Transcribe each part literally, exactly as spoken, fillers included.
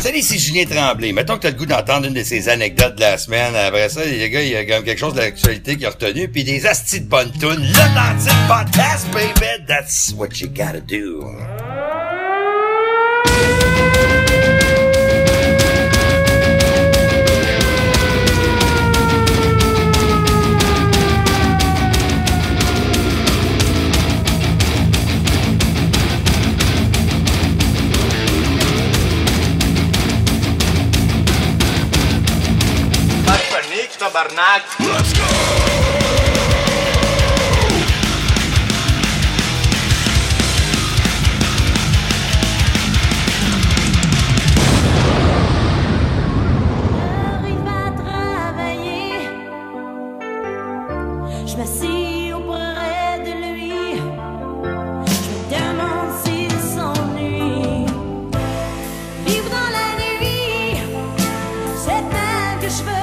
Salut, c'est Julien Tremblay. Mettons que t'as le goût d'entendre une de ces anecdotes de la semaine. Après ça, les gars, il y a quand même quelque chose de l'actualité qui a retenu. Puis des astis de bonnes tunes. L'Atlantique Podcast, baby. That's what you gotta do. Tabarnak. Let's go! J'arrive à travailler, je m'assis auprès de lui, je me demande s'il s'ennuie. Vivre dans la nuit, c'est elle que je veux.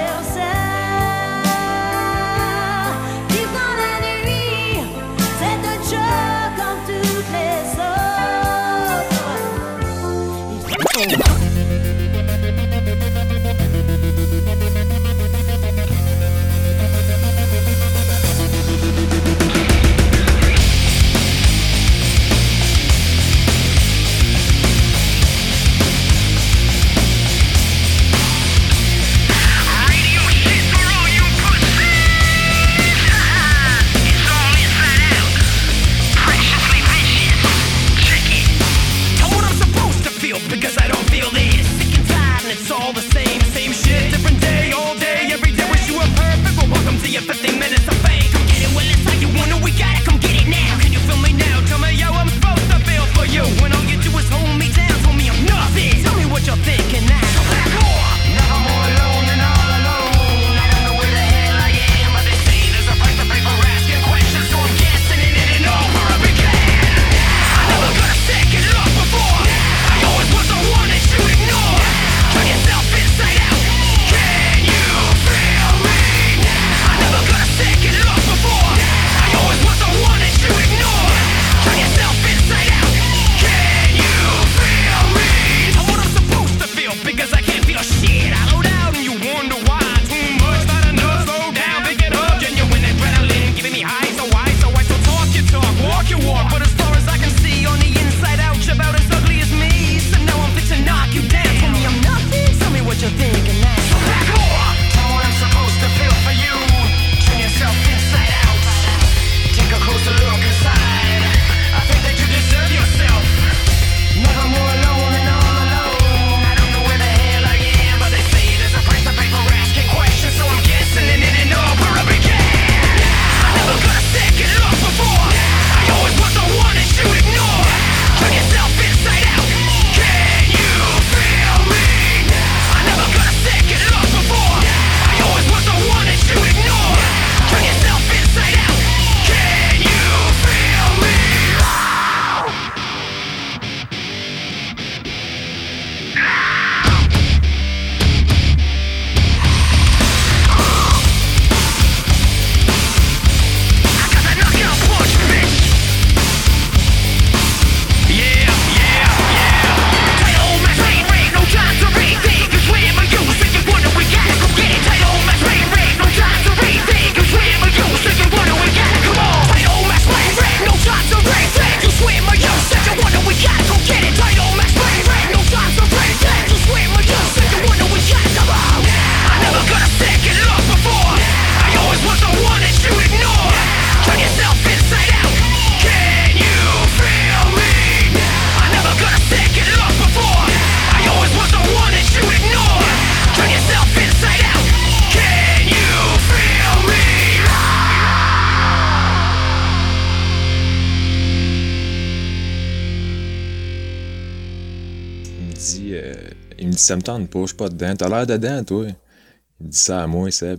Ça me tente pas, je suis pas dedans. T'as l'air dedans, toi. Il me dit ça à moi, Seb.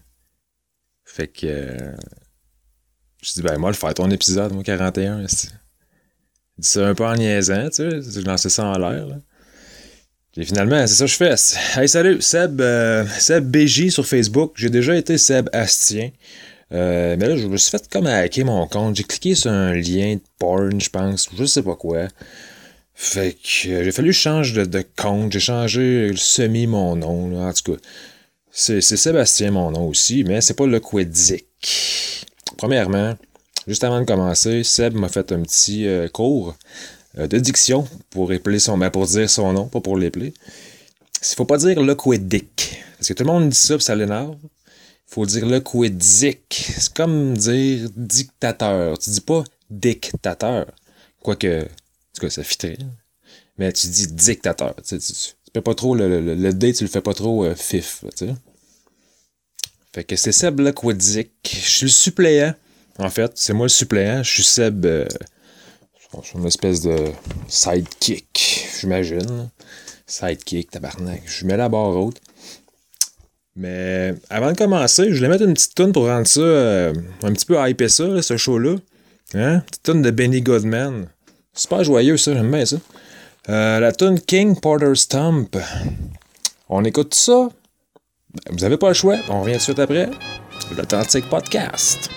Fait que... Euh, je dis, ben moi, le faire ton épisode, moi, quarante et un. Il dit ça un peu en niaisant, tu sais. Je lançais ça en l'air, là. Et finalement, c'est ça que je fais. Hey, salut, Seb, euh, Seb B J sur Facebook. J'ai déjà été Seb Astien. Euh, mais là, je me suis fait comme hacker mon compte. J'ai cliqué sur un lien de porn, je pense. Je sais pas quoi. Fait que euh, j'ai fallu que je change de, de compte. J'ai changé semi mon nom. Là. En tout cas, c'est, c'est Sébastien mon nom aussi, mais c'est pas le Quédic. Premièrement, juste avant de commencer, Seb m'a fait un petit euh, cours euh, de diction pour épeler son, ben, pour dire son nom, pas pour l'épeler. Il faut pas dire le Quédic. Parce que tout le monde dit ça, puis ça l'énerve. Il faut dire le Quédic. C'est comme dire dictateur. Tu dis pas dictateur. Quoique, en tout cas, ça fitterait. Mais tu dis dictateur. Tu, tu, tu fais pas trop le, le, le D, tu le fais pas trop euh, fif. Là, tu sais. Fait que c'est Seb le Quédic. Je suis le suppléant. En fait, c'est moi le suppléant. Je suis Seb. Euh, je suis une espèce de sidekick, j'imagine. Sidekick, tabarnak. Je mets la barre haute. Mais avant de commencer, je voulais mettre une petite toune pour rendre ça euh, un petit peu hyper ça, là, ce show-là. Hein? Petite toune de Benny Goodman. Super joyeux, ça, j'aime bien ça. Euh, la toune King Porter's Stomp. On écoute ça. Vous avez pas le choix. On revient tout de suite après. L'Authentique Podcast.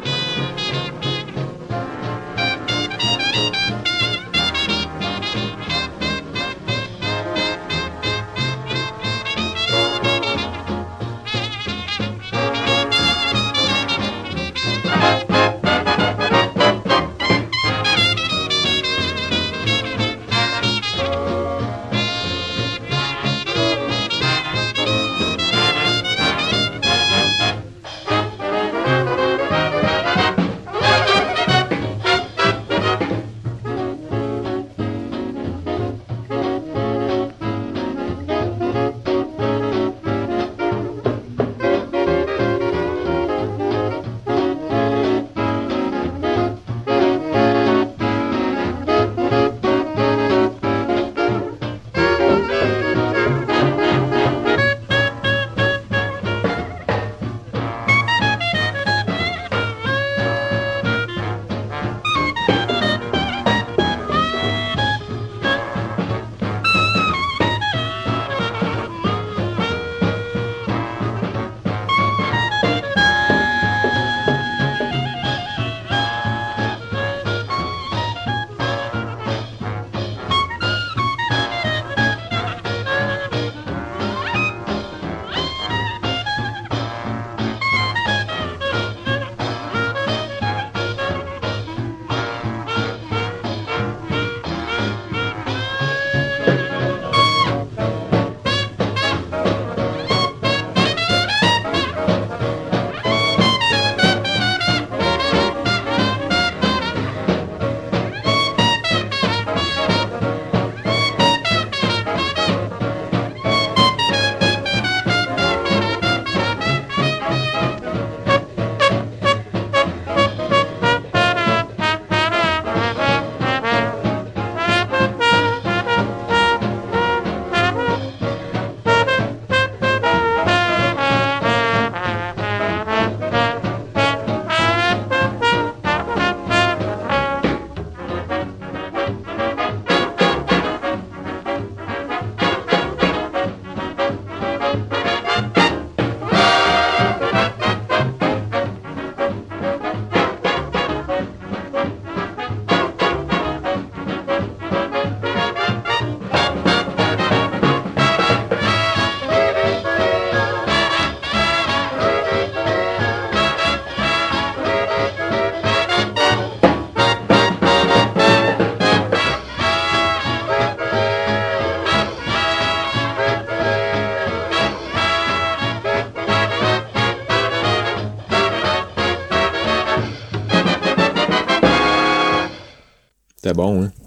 C'était bon, hein?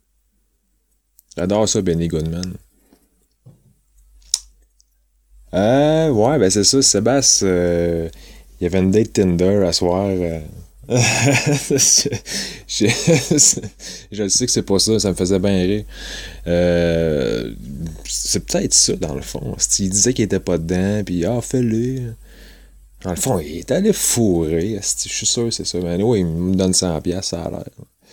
J'adore ça, Benny Goodman. Euh, ouais, ben c'est ça, Sébastien, euh, il y avait une date Tinder à soir. Euh... je, je, je le sais que c'est pas ça, ça me faisait bien rire. Euh, c'est peut-être ça, dans le fond. Il disait qu'il était pas dedans, puis ah, fais-le. Dans le fond, il est allé fourrer. Je suis sûr que c'est ça. Mais oui, il me donne cent piastres, ça a l'air.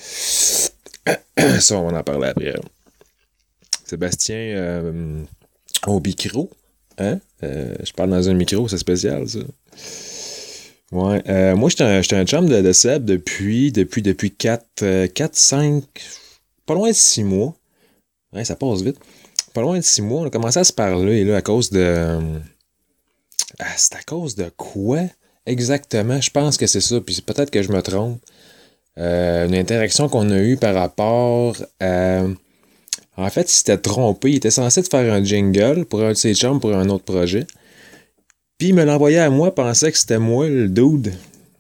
Ça, on va en parler après. Sébastien, euh, au micro. Hein? Euh, je parle dans un micro, c'est spécial, ça. Ouais. Euh, moi, j'étais un, j'étais un chum de, de Seb depuis, depuis, depuis quatre, cinq, pas loin de six mois. Ouais, ça passe vite. Pas loin de six mois, on a commencé à se parler, là, à cause de... Ah, c'est à cause de quoi? Exactement, je pense que c'est ça, puis peut-être que je me trompe. Euh, une interaction qu'on a eue par rapport à... En fait, il s'était trompé, il était censé te faire un jingle pour un de ses chums pour un autre projet. Puis il me l'envoyait à moi, pensait que c'était moi, le dude.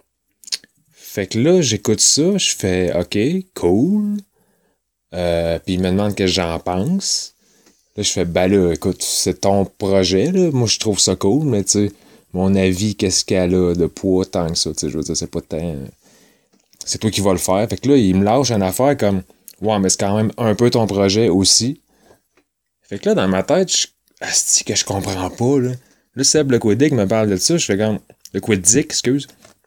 Fait que là, j'écoute ça, je fais « OK, cool. Euh, » Puis il me demande ce que j'en pense. Là, je fais « Ben là, écoute, c'est ton projet, là. Moi, je trouve ça cool, mais tu sais, mon avis, qu'est-ce qu'elle a de poids tant que ça, tu sais, je veux dire, c'est pas tant... C'est toi qui vas le faire. » Fait que là, il me lâche une affaire comme « Ouais, mais c'est quand même un peu ton projet aussi. » Fait que là, dans ma tête, je... Asti que je comprends pas, là. Là, Seb Lequidic me parle de ça, je fais comme... Lequidic, excuse.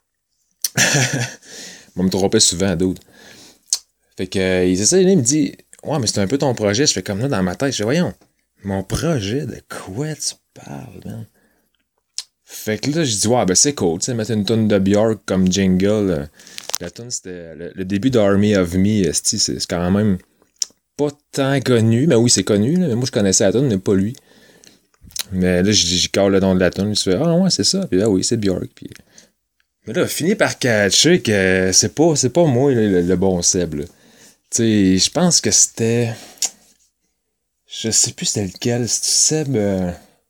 Je vais me tromper souvent, d'autres. Fait que, euh, il essaie, il me dit, ouais, mais c'est un peu ton projet. Je fais comme là dans ma tête. Je fais, voyons, mon projet, de quoi tu parles, man? Fait que là, je dis, ouais, ben c'est cool, tu sais, mettre une tonne de Björk comme jingle. Euh, la tonne, c'était le, le début d'Army of Me, c'est, c'est quand même pas tant connu. Mais oui, c'est connu, là, mais moi, je connaissais la tonne, mais pas lui. Mais là, j'y cale le nom de la tonne. Je fais, ah ouais, c'est ça. Puis là, oui, c'est Björk. Puis... Mais là, fini par catcher que c'est pas, c'est pas moi le, le bon Seb. Tu sais, je pense que c'était... Je sais plus c'était lequel. C'était Seb... Euh...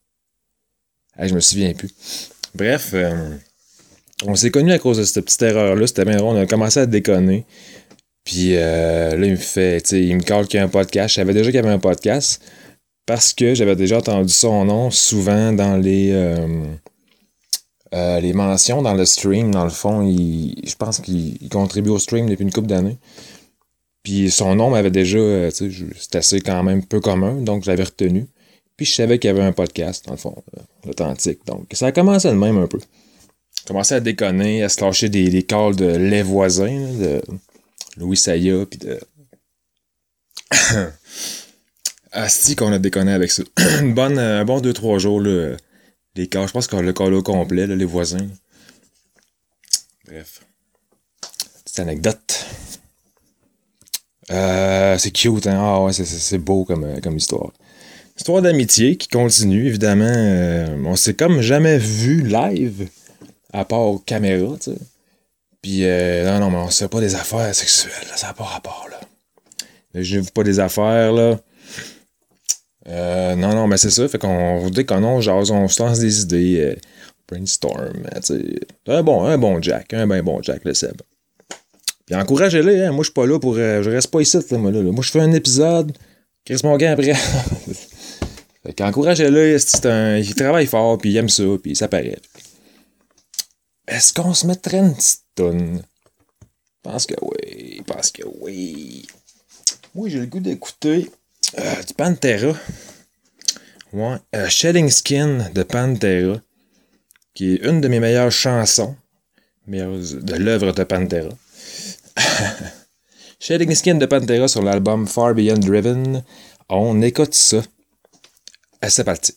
Ah, je me souviens plus. Bref, euh... on s'est connus à cause de cette petite erreur-là. C'était bien drôle. On a commencé à déconner. Puis euh, là, il me fait... Tu sais, il me cale qu'il y a un podcast. Je savais déjà qu'il y avait un podcast. Parce que j'avais déjà entendu son nom souvent dans les... Euh... Euh, les mentions dans le stream, dans le fond, il, je pense qu'il il contribue au stream depuis une couple d'années. Puis son nom m'avait déjà, euh, tu sais, c'était assez quand même peu commun, donc je l'avais retenu. Puis je savais qu'il y avait un podcast, dans le fond, euh, authentique. Donc ça a commencé de même un peu. Commencé à déconner, à se lâcher des, des calls de Les Voisins, là, de Louis Saya, puis de... Asti qu'on a déconné avec ça. Une bonne, un bon deux trois jours, là. Les cas, je pense qu'on a le cas au complet, là, les voisins. Bref. Petite anecdote. Euh, c'est cute, hein? Ah ouais, c'est, c'est beau comme, comme histoire. Histoire d'amitié qui continue, évidemment. Euh, on s'est comme jamais vu live, à part caméra, tu sais. Puis, euh, non, non, mais on sait pas des affaires sexuelles, là, ça n'a pas rapport, là. Je n'ai pas des affaires, là. Euh, non, non, mais c'est ça. Fait qu'on vous dit qu'on on jase, on se lance des idées, euh, brainstorm, tu sais. Un bon, un bon Jack, un ben bon Jack, le Seb. Puis encouragez-les, hein. Moi, je suis pas là pour. Euh, je reste pas ici, là, moi, là. Moi, je fais un épisode, Chris mon gars après. Fait qu'encouragez-le, c'est un. Il travaille fort, puis il aime ça, puis ça paraît. Est-ce qu'on se mettrait une petite toune? Je pense que oui, je pense que oui. Moi, j'ai le goût d'écouter. Euh, du Pantera. Ouais. Euh, Shedding Skin de Pantera. Qui est une de mes meilleures chansons. De l'œuvre de Pantera. Shedding Skin de Pantera sur l'album Far Beyond Driven. On écoute ça. Ah, c'est parti.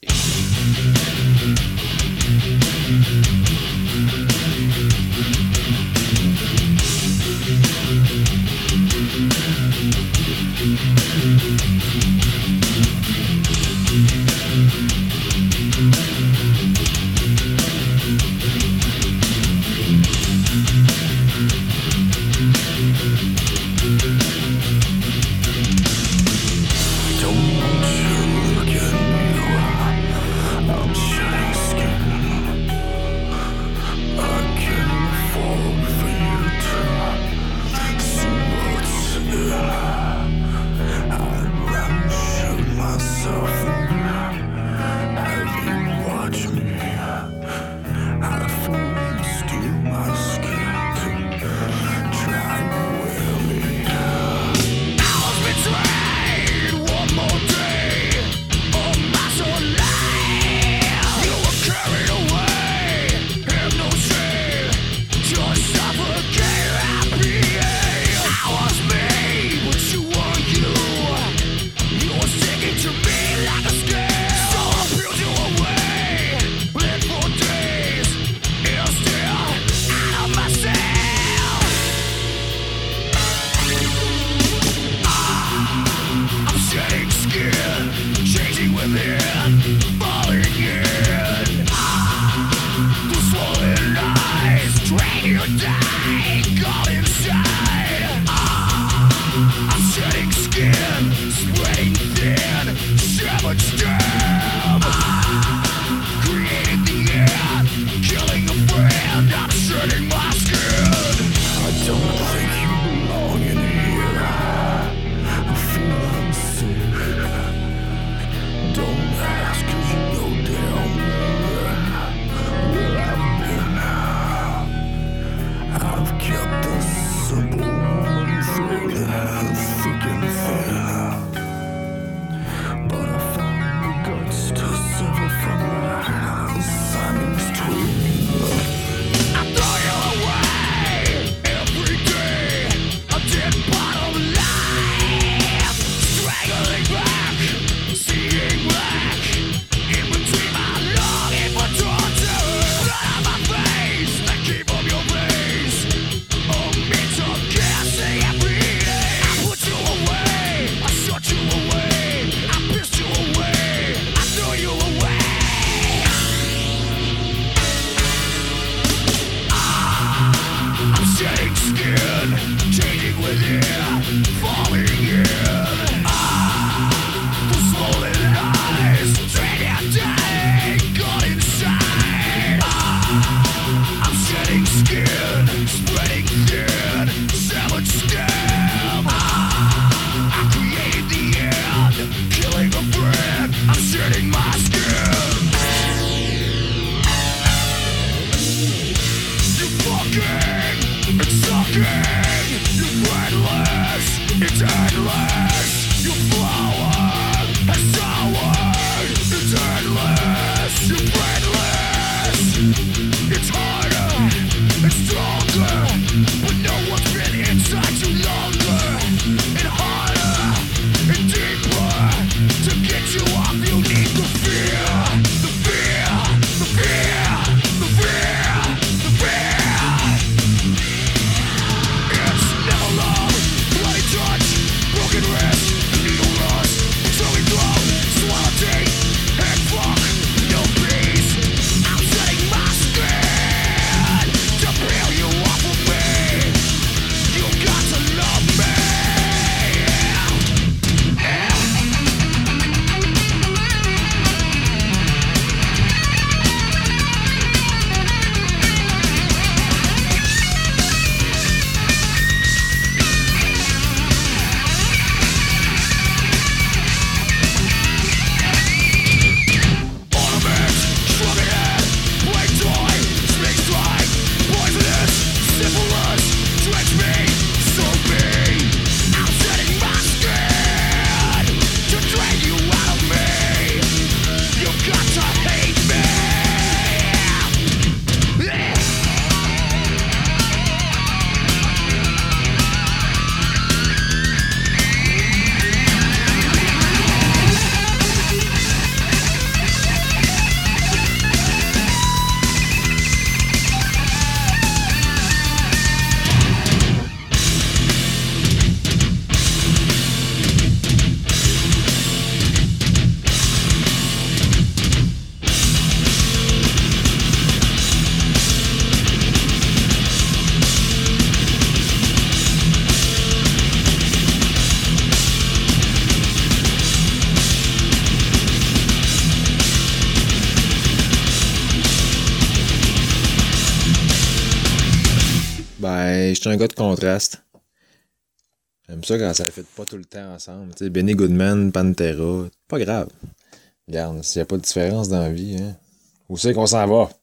Mais je suis un gars de contraste. J'aime ça quand ça ne fait pas tout le temps ensemble. Tu sais, Benny Goodman, Pantera, pas grave. Regarde, s'il n'y a pas de différence dans la vie, hein. Où c'est qu'on s'en va?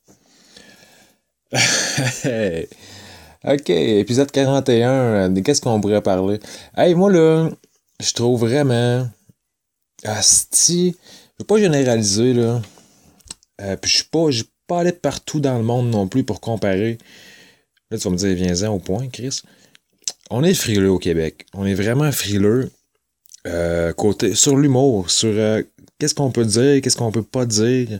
Ok, épisode quarante et un. De qu'est-ce qu'on pourrait parler? Hey, moi là, je trouve vraiment. Asti. Je veux pas généraliser, là. Euh, puis je suis pas. J'ai pas allé partout dans le monde non plus pour comparer. Là, tu vas me dire, viens-en au point, Chris. On est frileux au Québec. On est vraiment frileux. Euh, côté, sur l'humour, sur euh, qu'est-ce qu'on peut dire, qu'est-ce qu'on peut pas dire.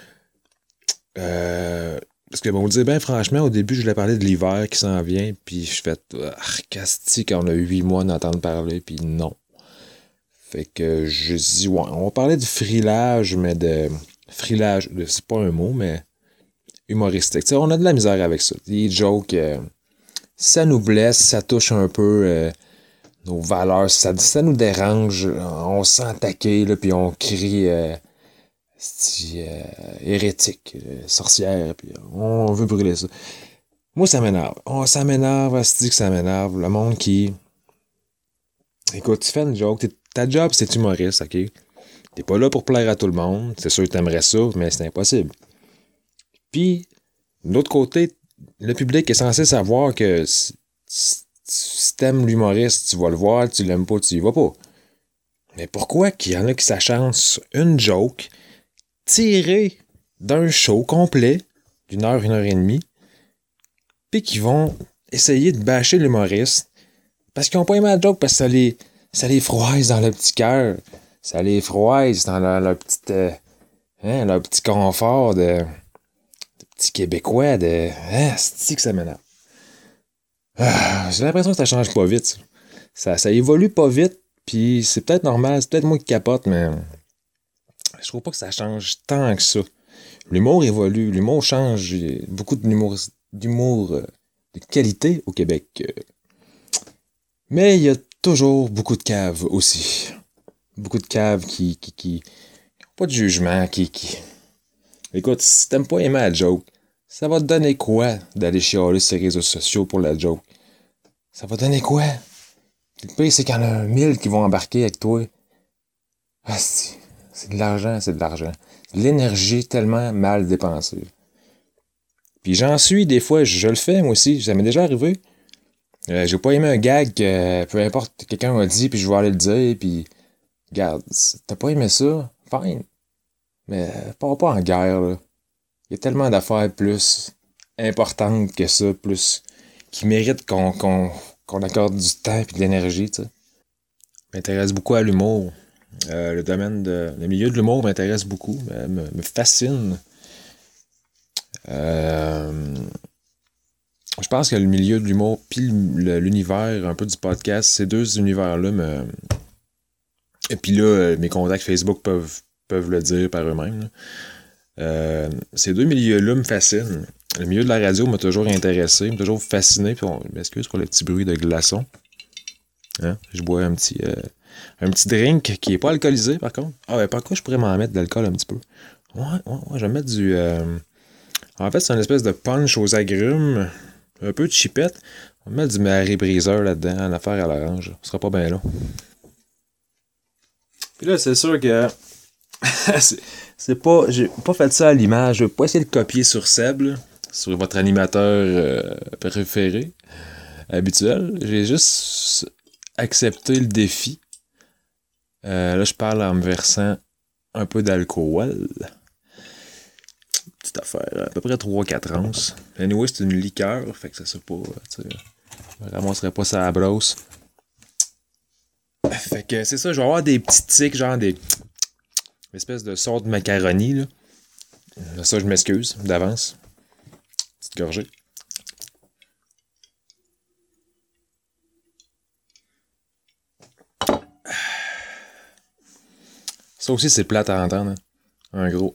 Euh, parce que, bon, vous dire, ben franchement, au début, je voulais parler de l'hiver qui s'en vient, puis je fais arcastique quand on a huit mois d'entendre parler, puis non. Fait que je dis, ouais, on va parler de frilage, mais de. Frilage, c'est pas un mot, mais humoristique. T'sais, on a de la misère avec ça. Les jokes, euh, ça nous blesse, ça touche un peu euh, nos valeurs, ça, ça nous dérange, on se sent attaqué, là, puis on crie euh, c'est, euh, hérétique, euh, sorcière, puis on veut brûler ça. Moi, ça m'énerve. Oh, ça m'énerve, c'est dit que ça m'énerve. Le monde qui... Écoute, tu fais une joke, ta job, c'est humoriste, ok? T'es pas là pour plaire à tout le monde. C'est sûr que t'aimerais ça, mais c'est impossible. Puis, de l'autre côté, le public est censé savoir que si, si t'aimes l'humoriste, tu vas le voir, tu l'aimes pas, tu y vas pas. Mais pourquoi qu'il y en a qui s'acharnent sur une joke tirée d'un show complet, d'une heure, une heure et demie, puis qui vont essayer de bâcher l'humoriste parce qu'ils ont pas aimé la joke, parce que ça les, ça les froisse dans le petit cœur. Ça les froisse dans leur, leur, petite, euh, hein, leur petit confort de, de petit Québécois. De, hein, c'est que ça m'énerve. Ah, j'ai l'impression que ça change pas vite. Ça, ça, ça évolue pas vite, puis c'est peut-être normal, c'est peut-être moi qui capote, mais je trouve pas que ça change tant que ça. L'humour évolue, l'humour change. Il y a beaucoup d'humour, d'humour euh, de qualité au Québec. Mais il y a toujours beaucoup de caves aussi. Beaucoup de caves qui, qui, qui, qui ont pas de jugement, qui, qui... Écoute, si t'aimes pas aimer la joke, ça va te donner quoi d'aller chialer sur les réseaux sociaux pour la joke? Ça va te donner quoi? Le pire, c'est qu'il y en a mille qui vont embarquer avec toi. Ah, c'est, c'est de l'argent, c'est de l'argent. C'est de l'énergie tellement mal dépensée. Puis j'en suis, des fois, je, je le fais, moi aussi. Ça m'est déjà arrivé. Euh, j'ai pas aimé un gag que peu importe, quelqu'un m'a dit, puis je vais aller le dire, puis... Regarde, t'as pas aimé ça? Fine. Mais pars pas en guerre, là. Il y a tellement d'affaires plus importantes que ça, plus qui méritent qu'on, qu'on, qu'on accorde du temps et de l'énergie, tu sais. Je m'intéresse beaucoup à l'humour. Euh, le domaine de... Le milieu de l'humour m'intéresse beaucoup, me, me fascine. Euh... Je pense que le milieu de l'humour puis l'univers un peu du podcast, ces deux univers-là me... Et puis là, mes contacts Facebook peuvent, peuvent le dire par eux-mêmes. Euh, ces deux milieux-là me fascinent. Le milieu de la radio m'a toujours intéressé, m'a toujours fasciné. Puis on, je m'excuse pour le petit bruit de glaçon. Hein? Je bois un petit, euh, un petit drink qui est pas alcoolisé, par contre. Ah ouais, par contre, je pourrais m'en mettre de l'alcool un petit peu. Ouais, ouais, ouais, je vais mettre du... Euh... En fait, c'est une espèce de punch aux agrumes, un peu de chipette. On va mettre du Marie Briseur là-dedans, en affaire à l'orange. Ce sera pas bien long. Puis là, c'est sûr que c'est, c'est pas. J'ai pas fait ça à l'image. Je vais pas essayer de copier sur Seb, là, sur votre animateur euh, préféré, habituel. J'ai juste accepté le défi. Euh, là, je parle en me versant un peu d'alcool. Petite affaire, à peu près trois quatre onces. Anyway, c'est une liqueur, fait que ça se pas. Tu sais, je ramasserai pas ça à la brosse. Fait que c'est ça, je vais avoir des petits tics, genre des... Une espèce de sorte de macaroni, là. Ça, je m'excuse d'avance. Petite gorgée. Ça aussi, c'est plate à entendre. Hein? Un gros...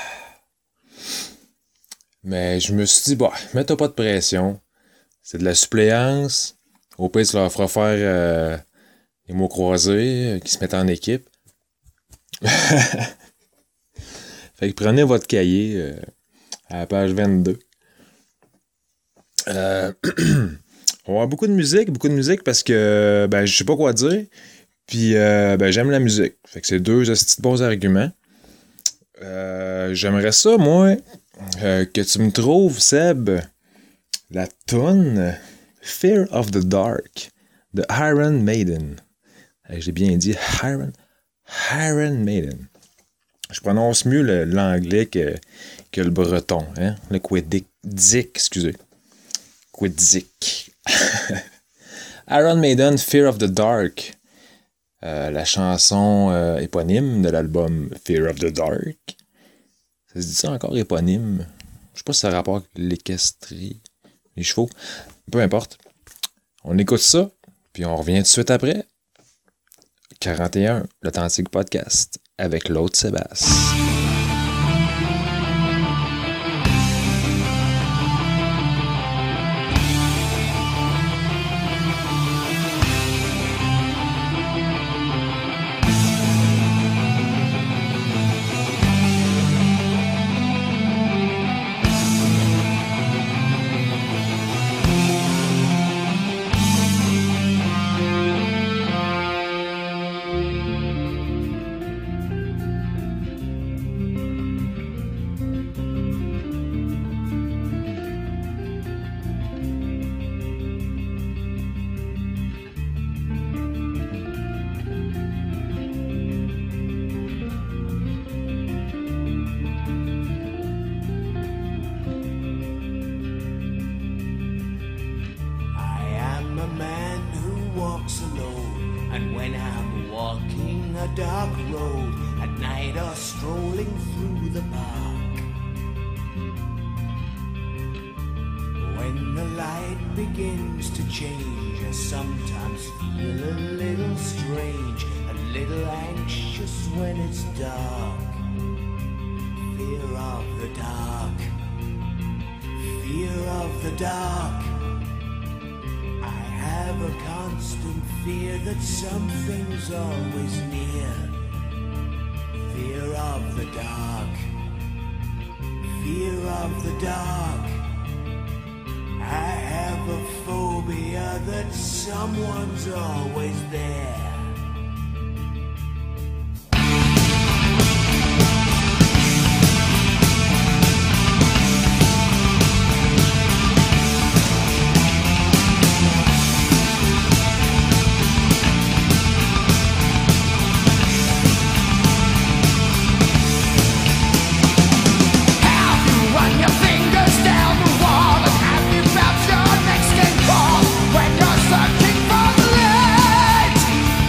Mais je me suis dit, bah, mets-toi pas de pression. C'est de la suppléance. Au pire, tu leur feras faire... Euh... les mots croisés euh, qui se mettent en équipe. Fait que prenez votre cahier euh, à la page vingt-deux. Euh, On va avoir beaucoup de musique, beaucoup de musique parce que ben je sais pas quoi dire. Puis euh, ben j'aime la musique. Fait que c'est deux petits bons arguments. Euh, j'aimerais ça, moi, euh, que tu me trouves, Seb, la toune Fear of the Dark de Iron Maiden. Euh, j'ai bien dit Iron, Iron Maiden. Je prononce mieux le, l'anglais que, que le breton, hein? Le quédic, excusez. Quédic. Iron Maiden, Fear of the Dark. Euh, la chanson euh, éponyme de l'album Fear of the Dark. Ça se dit ça encore éponyme? Je sais pas si ça a rapport avec l'équestrie, les chevaux. Peu importe. On écoute ça, puis on revient tout de suite après. quarante et un, l'Authentique Podcast, avec l'autre Sébastien. Something's always near. Fear of the dark. Fear of the dark. I have a phobia that someone's always there. When you're searching for the light,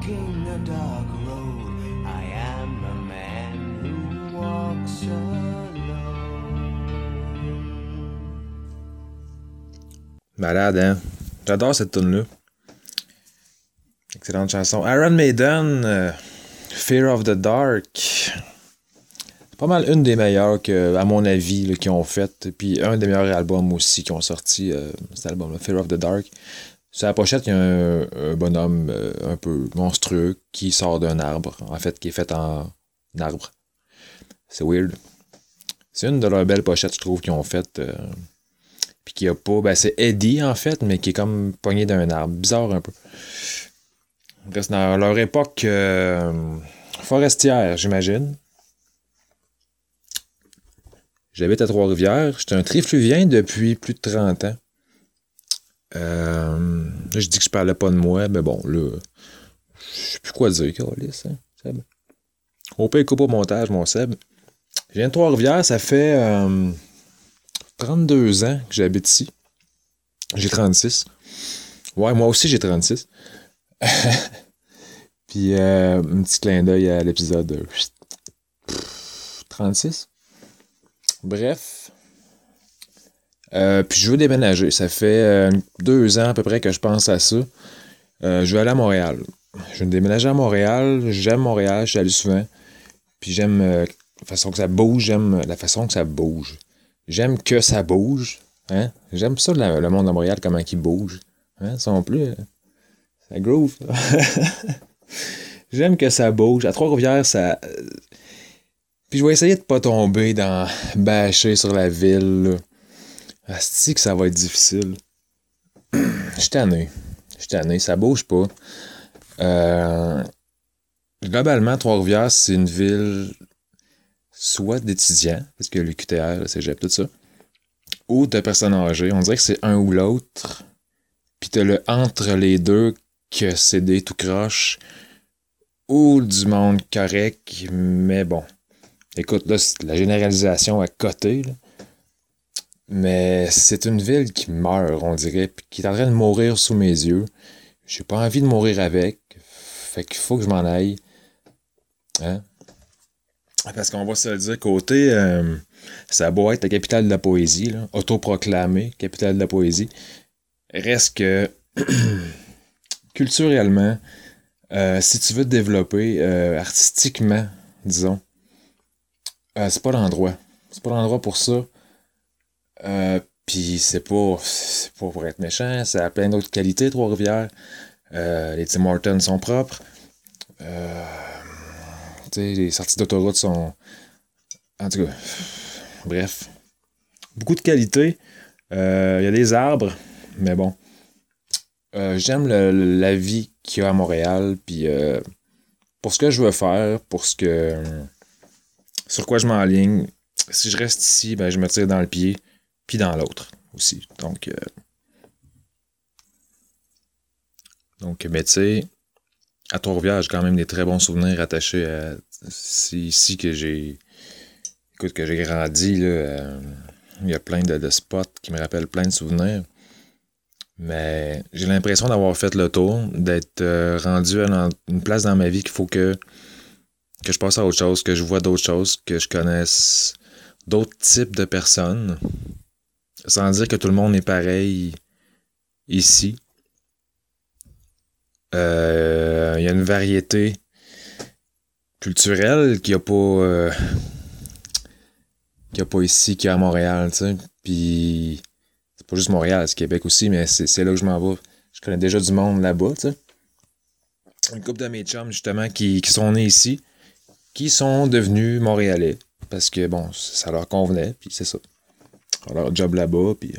walking the dark road. I am a man who walks alone. Malade, hein? J'adore cette tune-là. Excellente chanson. Iron Maiden, euh, Fear of the Dark. C'est pas mal une des meilleures, que, à mon avis, là, qu'ils ont fait. Puis un des meilleurs albums aussi qui ont sorti, euh, cet album-là, Fear of the Dark. Sur la pochette, il y a un, un bonhomme euh, un peu monstrueux qui sort d'un arbre. En fait, qui est fait en arbre. C'est weird. C'est une de leurs belles pochettes, je trouve, qu'ils ont faites. Euh, puis qu'il n'y a pas. Ben, c'est Eddie, en fait, mais qui est comme pogné d'un arbre. Bizarre un peu. C'est dans leur époque euh, forestière, j'imagine. J'habite à Trois-Rivières. J'étais un trifluvien depuis plus de trente ans. Euh, là, je dis que je parlais pas de moi, mais bon, là, je sais plus quoi dire, Calis, hein, Seb. Au pire, coupe au montage, mon Seb. Je viens de Trois-Rivières, ça fait euh, trente-deux ans que j'habite ici. J'ai trente-six. Ouais, moi aussi, j'ai trente-six. Puis, euh, un petit clin d'œil à l'épisode euh, trente-six. Bref. Euh, puis, je veux déménager. Ça fait euh, deux ans à peu près que je pense à ça. Euh, je veux aller à Montréal. Je veux déménager à Montréal. J'aime Montréal. Je suis allé souvent. Puis, j'aime euh, la façon que ça bouge. J'aime la façon que ça bouge. J'aime que ça bouge. Hein? J'aime ça, le, le monde de Montréal, comment il bouge. Hein? Ça non plus. Euh, ça groove. J'aime que ça bouge. À Trois-Rivières, ça. Puis je vais essayer de pas tomber dans bâcher sur la ville. Asti que ça va être difficile. Je suis tanné. Je suis tanné. Ça bouge pas. Euh... Globalement, Trois-Rivières, c'est une ville soit d'étudiants, parce que le Q T R, le cégep, tout ça, ou de personnes âgées. On dirait que c'est un ou l'autre. Puis t'as le entre les deux que c'est des tout croche ou du monde correct, mais bon. Écoute, là, c'est la généralisation à côté, là. Mais c'est une ville qui meurt, on dirait, puis qui est en train de mourir sous mes yeux. J'ai pas envie de mourir avec. Fait qu'il faut que je m'en aille. Hein? Parce qu'on va se le dire, côté, euh, ça a beau être la capitale de la poésie, là, autoproclamée capitale de la poésie, reste que culturellement, euh, si tu veux te développer euh, artistiquement, disons, euh, c'est pas l'endroit. C'est pas l'endroit pour ça. Euh, Puis c'est pas, c'est pas pour être méchant, ça a plein d'autres qualités, Trois-Rivières. Euh, les Tim Hortons sont propres. Euh, t'sais, les sorties d'autoroute sont... En tout cas, bref. Beaucoup de qualités. Il euh, y a des arbres, mais bon. Euh, j'aime le, la vie qu'il y a à Montréal, puis euh, pour ce que je veux faire, pour ce que... sur quoi je m'enligne, si je reste ici, ben, je me tire dans le pied, puis dans l'autre aussi. Donc, euh, donc mais tu sais, à Trois-Rivières, j'ai quand même des très bons souvenirs attachés à... C'est ici que j'ai... Écoute, que j'ai grandi, là. Euh, il y a plein de, de spots qui me rappellent plein de souvenirs. Mais j'ai l'impression d'avoir fait le tour, d'être euh, rendu à une place dans ma vie qu'il faut que, que je passe à autre chose, que je vois d'autres choses, que je connaisse d'autres types de personnes. Sans dire que tout le monde est pareil ici. Euh, il y a une variété culturelle qu'il n'y a pas euh, qu'il n'y a pas ici, qu'il y a à Montréal, tu sais. Puis c'est pas juste Montréal, c'est Québec aussi, mais c'est, c'est là que je m'en vais. Je connais déjà du monde là-bas, tu sais. Une couple de mes chums, justement, qui, qui sont nés ici, qui sont devenus Montréalais. Parce que, bon, ça leur convenait, puis c'est ça. Alors, job là-bas, puis...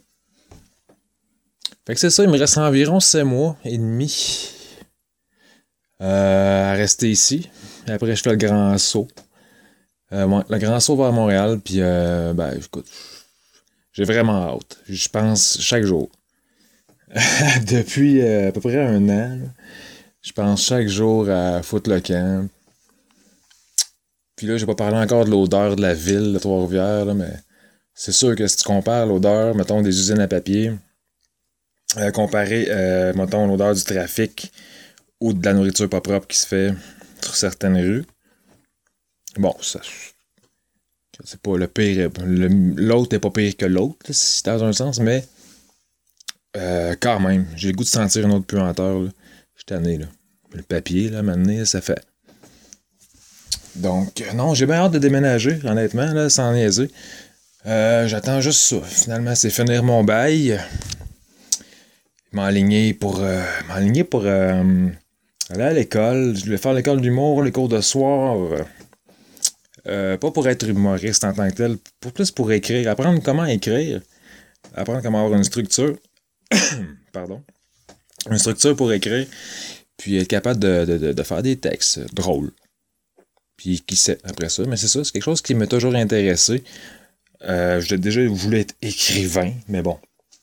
Fait que c'est ça, il me reste environ sept mois et demi euh, à rester ici. Et après, je fais le grand saut. Euh, ouais, le grand saut vers Montréal, puis euh, ben, écoute, j'ai vraiment hâte. Je pense chaque jour. Depuis euh, à peu près un an, là, je pense chaque jour à foutre le camp. Puis là, j'ai pas parlé encore de l'odeur de la ville de Trois-Rivières, là, mais c'est sûr que si tu compares l'odeur, mettons, des usines à papier, euh, comparé, euh, mettons, l'odeur du trafic ou de la nourriture pas propre qui se fait sur certaines rues. Bon, ça... c'est pas le pire... Le, l'autre est pas pire que l'autre, si dans un sens, mais... Euh, quand même, j'ai le goût de sentir une autre puanteur, là. Je suis tanné, là. Le papier, là, maintenant, ça fait... Donc, euh, non, j'ai bien hâte de déménager, honnêtement, là, sans niaiser. Euh, j'attends juste ça. Finalement, c'est finir mon bail. M'enligner pour... Euh, m'enligner pour... Euh, aller à l'école. Je voulais faire l'école d'humour, les cours de soir. Euh, euh, pas pour être humoriste en tant que tel. Pour plus pour écrire. Apprendre comment écrire. Apprendre comment avoir une structure. Pardon. Une structure pour écrire. Puis être capable de, de, de faire des textes drôles. Puis qui sait après ça. Mais c'est ça, c'est quelque chose qui m'a toujours intéressé. Euh, j'ai déjà voulu être écrivain, mais bon.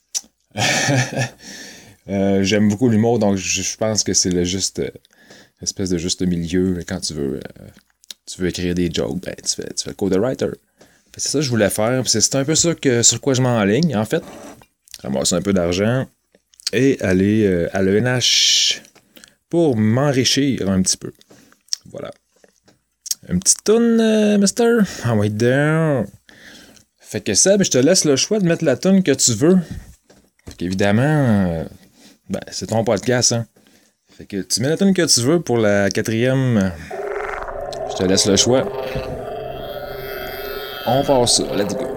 euh, j'aime beaucoup l'humour, donc je, je pense que c'est le juste... Euh, espèce de juste milieu. Quand tu veux euh, tu veux écrire des jokes, ben tu fais, tu fais le code writer. C'est ça que je voulais faire. C'est, c'est un peu ça que, sur quoi je m'enligne, en fait. Ramasser un peu d'argent et aller euh, à l'E N H pour m'enrichir un petit peu. Voilà. Une petite toune, euh, mister? Ah ouais, down. Fait que Seb, je te laisse le choix de mettre la toune que tu veux. Fait qu'évidemment, euh, ben, c'est ton podcast, hein. Fait que tu mets la toune que tu veux pour la quatrième. Je te laisse le choix. On part ça, let's go.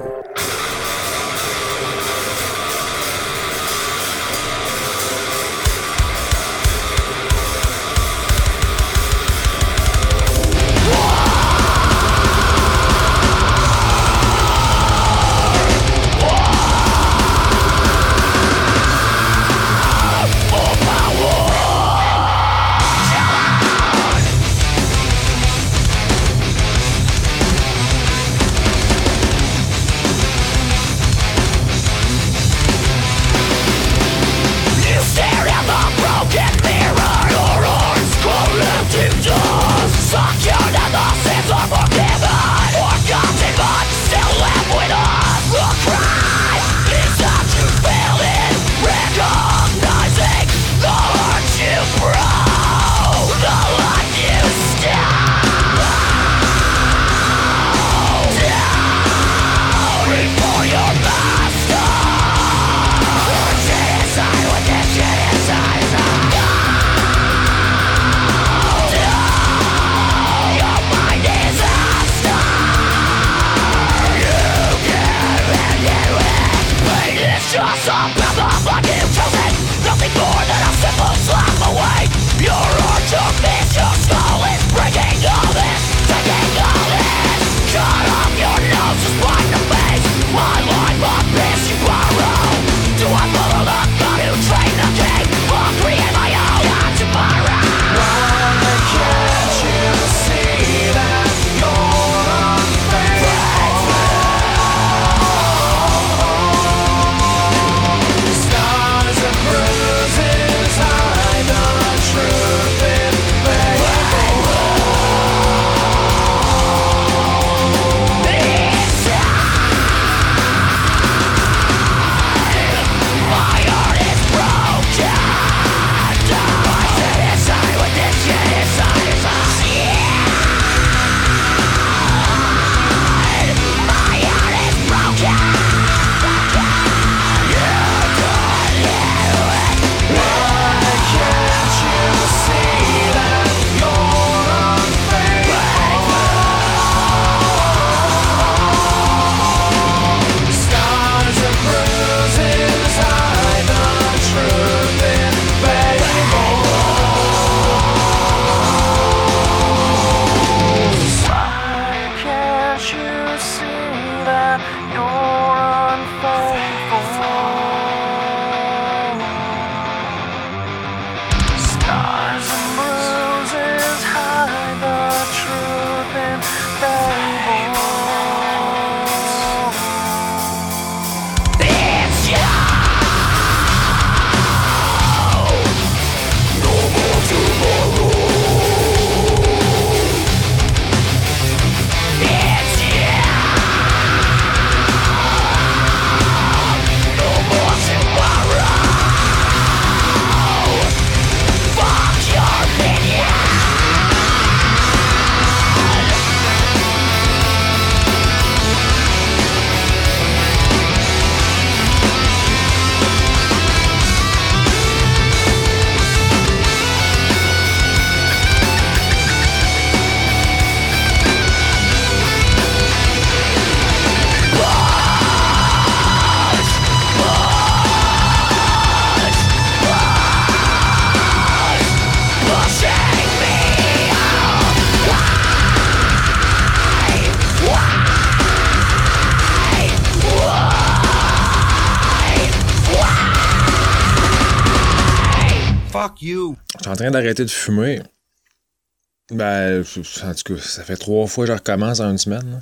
you. Je suis en train d'arrêter de fumer. Ben, en tout cas, ça fait trois fois que je recommence en une semaine.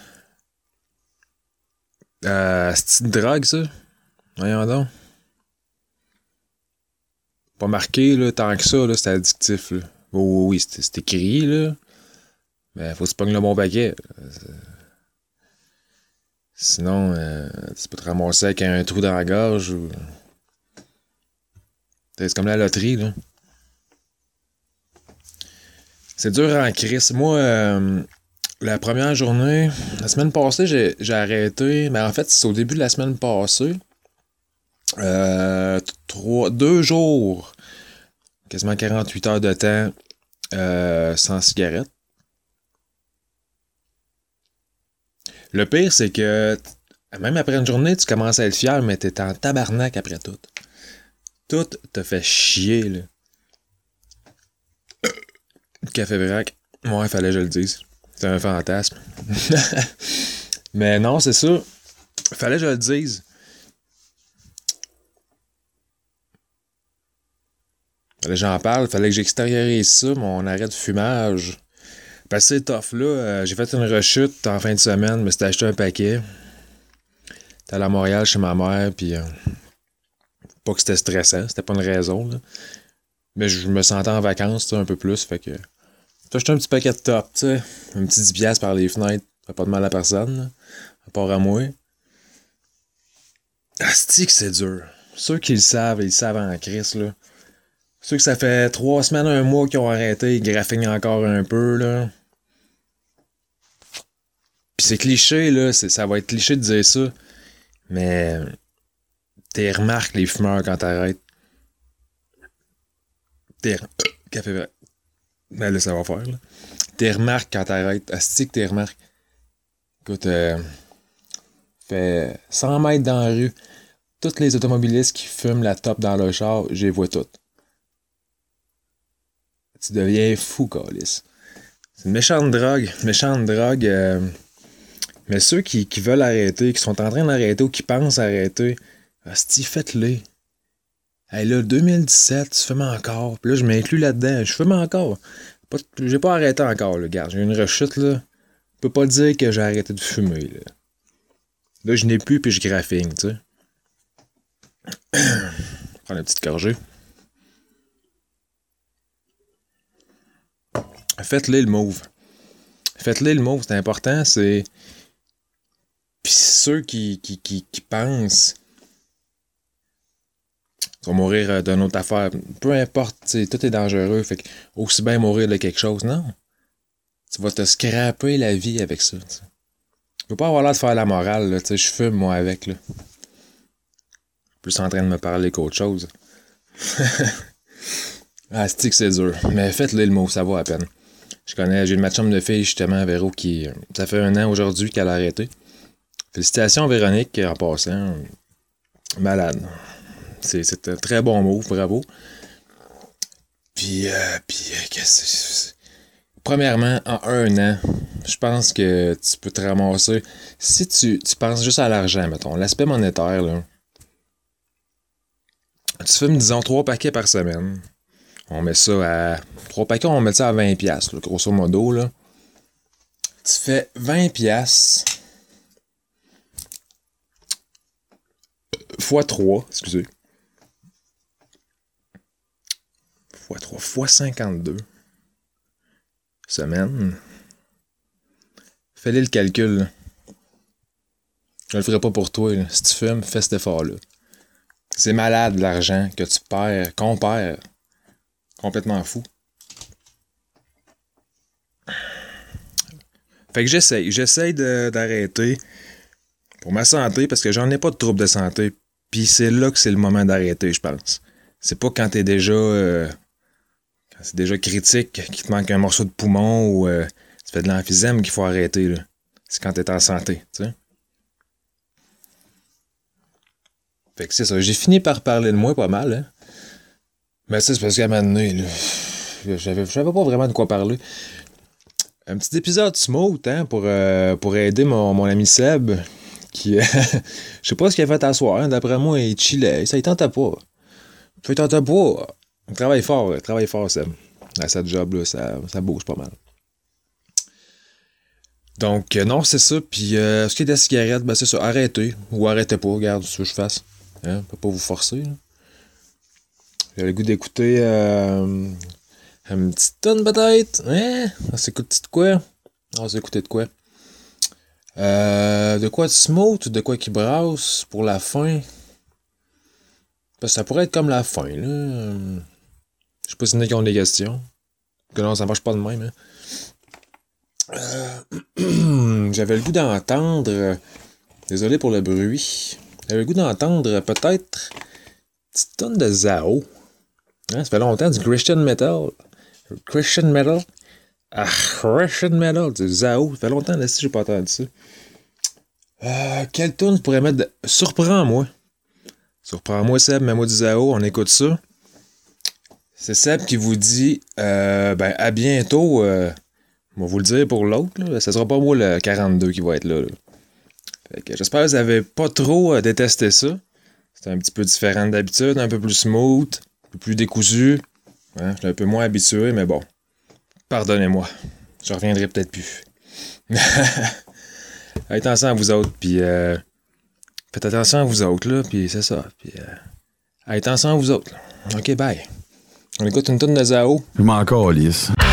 Euh, c'est une drogue, ça? Voyons donc. Pas marqué, là, tant que ça, là, c'est addictif, là. Oh, oui, c'est, c'est écrit, là. Mais faut que tu pognes le bon paquet. Sinon, euh, tu peux te ramasser avec un trou dans la gorge. Ou... C'est comme la loterie, là. C'est dur en crise. Moi, euh, la première journée, la semaine passée, j'ai, j'ai arrêté. Mais en fait, c'est au début de la semaine passée. Euh, trois, deux jours, quasiment quarante-huit heures de temps euh, sans cigarette. Le pire, c'est que même après une journée, tu commences à être fier, mais t'es en tabarnak après tout. Tout te fait chier, là. Café vrac. Ouais, fallait que je le dise. C'est un fantasme. Mais non, c'est ça. Fallait que je le dise. Fallait que j'en parle. Fallait que j'extériorise ça, mon arrêt de fumage. Parce que c'est tough, là. Euh, j'ai fait une rechute en fin de semaine. Je me suis acheté un paquet. J'étais allé à Montréal chez ma mère, puis... Euh, pas que c'était stressant, c'était pas une raison, là. Mais je me sentais en vacances, tu sais, un peu plus, fait que... J'ai acheté un petit paquet de top, tu sais. Un petit dix piastres par les fenêtres. Ça fait pas de mal à personne, là. À part à moi. Asti que c'est dur. Ceux qui le savent, ils le savent en crise, là. Ceux que ça fait trois semaines, un mois qu'ils ont arrêté, ils graffinent encore un peu, là. Pis c'est cliché, là. C'est, ça va être cliché de dire ça. Mais... T'es remarques les fumeurs quand t'arrêtes. T'es... Café vrai. Ben là, ça va faire, là. T'es remarques quand t'arrêtes. Asti que t'es remarques. Écoute, euh... fait cent mètres dans la rue. Tous les automobilistes qui fument la top dans le char, je les vois toutes. Tu deviens fou, câlisse. C'est une méchante drogue. Méchante drogue. Euh... Mais ceux qui, qui veulent arrêter, qui sont en train d'arrêter ou qui pensent arrêter... Asti, faites-le. Hey là, deux mille dix-sept, tu fumes encore. Puis là, je m'inclus là-dedans. Je fume encore. Pas, j'ai pas arrêté encore, là. Regarde, j'ai eu une rechute, là. Je peux pas dire que j'ai arrêté de fumer, là. Là, je n'ai plus, puis je graphine, tu sais. Prends une petite gorgée. Faites-le le move. Faites-le le move, c'est important, c'est... Puis ceux qui, qui, qui, qui pensent... Tu vas mourir d'une autre affaire. Peu importe, tout est dangereux. Fait que aussi bien mourir de quelque chose. Non. Tu vas te scraper la vie avec ça. T'sais. Tu peux pas avoir l'air de faire la morale. Là, je fume, moi, avec. Là. Plus en train de me parler qu'autre chose. Ah, c'est que c'est dur. Mais faites-le le mot, ça vaut à peine. Je connais, j'ai une ma chum de fille, justement, Véro, qui. Ça fait un an aujourd'hui qu'elle a arrêté. Félicitations, Véronique, en passant. Malade. C'est, c'est un très bon mot, bravo. Puis, euh, puis euh, qu'est-ce que c'est? Premièrement, en un an, je pense que tu peux te ramasser. Si tu, tu penses juste à l'argent, mettons, l'aspect monétaire, là. Tu fumes, disons, trois paquets par semaine. On met ça à... Trois paquets, on met ça à vingt piastres, là, grosso modo, là. Tu fais vingt piastres fois trois, excusez. Fois trois, fois cinquante-deux semaines. Fais-le le calcul, là. Je le ferai pas pour toi, là. Si tu fumes, fais cet effort-là. C'est malade l'argent que tu perds, qu'on perd. Complètement fou. Fait que j'essaye. J'essaye de, d'arrêter pour ma santé, parce que j'en ai pas de troubles de santé. Puis c'est là que c'est le moment d'arrêter, je pense. C'est pas quand t'es déjà... Euh, quand c'est déjà critique, qu'il te manque un morceau de poumon ou euh, tu fais de l'emphysème qu'il faut arrêter, là. C'est quand t'es en santé, tu sais. Fait que c'est ça. J'ai fini par parler de moi pas mal, hein. Mais ça, c'est parce qu'à un moment donné, là, j'avais, j'avais pas vraiment de quoi parler. Un petit épisode smooth, hein, pour, euh, pour aider mon, mon ami Seb, qui... je sais pas ce qu'il a fait à soir, hein, d'après moi, il chillait. Ça, il tentait pas. Ça, il tentait pas. il travaille fort, il travaille fort, Seb. À cette job-là, ça, ça bouge pas mal. Donc, euh, non, c'est ça. Puis, euh, ce qui est de la cigarette, ben c'est ça. Arrêtez. Ou arrêtez pas, regarde ce que je fasse. Hein? Je peux pas vous forcer. Là. J'ai le goût d'écouter euh, une petite tonne peut-être. Hein? On s'écoute de quoi? On s'est écouté de quoi? Euh, de quoi de smooth ou de quoi qui brasse pour la fin? Parce que ça pourrait être comme la fin, là. Je sais pas si il y en a qui ont des questions. Que non, ça marche pas de même, hein. Euh, j'avais le goût d'entendre. Euh, désolé pour le bruit. J'avais le goût d'entendre peut-être une petite tonne de Zao. Hein, ça fait longtemps du Christian Metal. Christian Metal. Ah, Christian Metal. Du Zao. Ça fait longtemps là, si j'ai pas entendu ça. Euh, quelle tonne je pourrais mettre de... Surprends-moi. Surprends-moi, Seb. Mets-moi du Zao. On écoute ça. C'est Seb qui vous dit euh, ben, à bientôt. Euh, On va vous le dire pour l'autre, là. Ça sera pas moi le quarante-deux qui va être là. là. Fait que j'espère que vous n'avez pas trop euh, détesté ça. C'est un petit peu différent d'habitude, un peu plus smooth, un peu plus décousu. Hein? Je suis un peu moins habitué, mais bon. Pardonnez-moi. Je reviendrai peut-être plus. Faites attention à vous autres, puis euh, faites attention à vous autres, là, puis c'est ça. Puis euh, faites attention à vous autres. Là. OK, bye. On écoute une tonne de Zao. Je m'en calisse.